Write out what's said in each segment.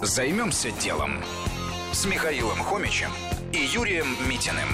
Займемся делом с Михаилом Хомичем и Юрием Митиным.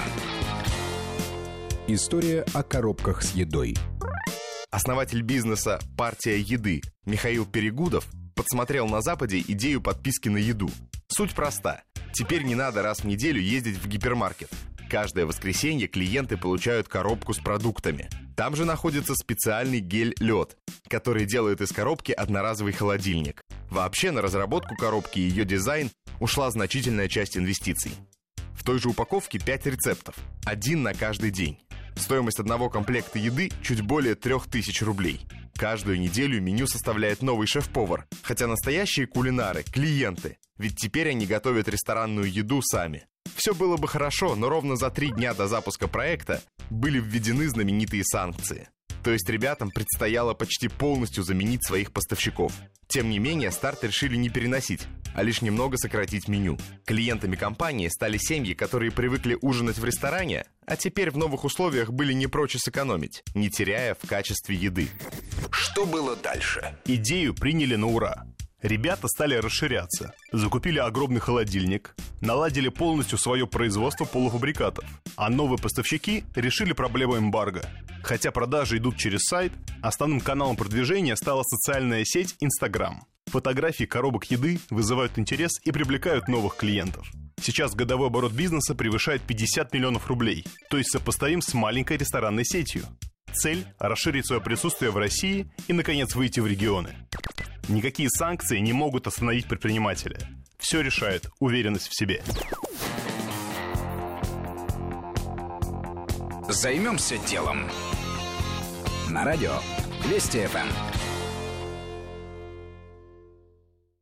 История о коробках с едой. Основатель бизнеса «Партия еды» Михаил Перегудов подсмотрел на Западе идею подписки на еду. Суть проста. Теперь не надо раз в неделю ездить в гипермаркет. Каждое воскресенье клиенты получают коробку с продуктами. Там же находится специальный гель-лед, который делает из коробки одноразовый холодильник. Вообще на разработку коробки и ее дизайн ушла значительная часть инвестиций. В той же упаковке 5 рецептов, один на каждый день. Стоимость одного комплекта еды чуть более 3000 рублей. Каждую неделю меню составляет новый шеф-повар, хотя настоящие кулинары – клиенты, ведь теперь они готовят ресторанную еду сами. Все было бы хорошо, но ровно за 3 дня до запуска проекта были введены знаменитые санкции. То есть ребятам предстояло почти полностью заменить своих поставщиков. Тем не менее, старт решили не переносить, а лишь немного сократить меню. Клиентами компании стали семьи, которые привыкли ужинать в ресторане, а теперь в новых условиях были не прочь сэкономить, не теряя в качестве еды. Что было дальше? Идею приняли на ура. Ребята стали расширяться, закупили огромный холодильник, наладили полностью свое производство полуфабрикатов, а новые поставщики решили проблему эмбарго. Хотя продажи идут через сайт, основным каналом продвижения стала социальная сеть Instagram. Фотографии коробок еды вызывают интерес и привлекают новых клиентов. Сейчас годовой оборот бизнеса превышает 50 миллионов рублей, то есть сопоставим с маленькой ресторанной сетью. Цель – расширить свое присутствие в России и, наконец, выйти в регионы. Никакие санкции не могут остановить предпринимателя. Все решает уверенность в себе. Займемся делом. На радио Вести ФМ.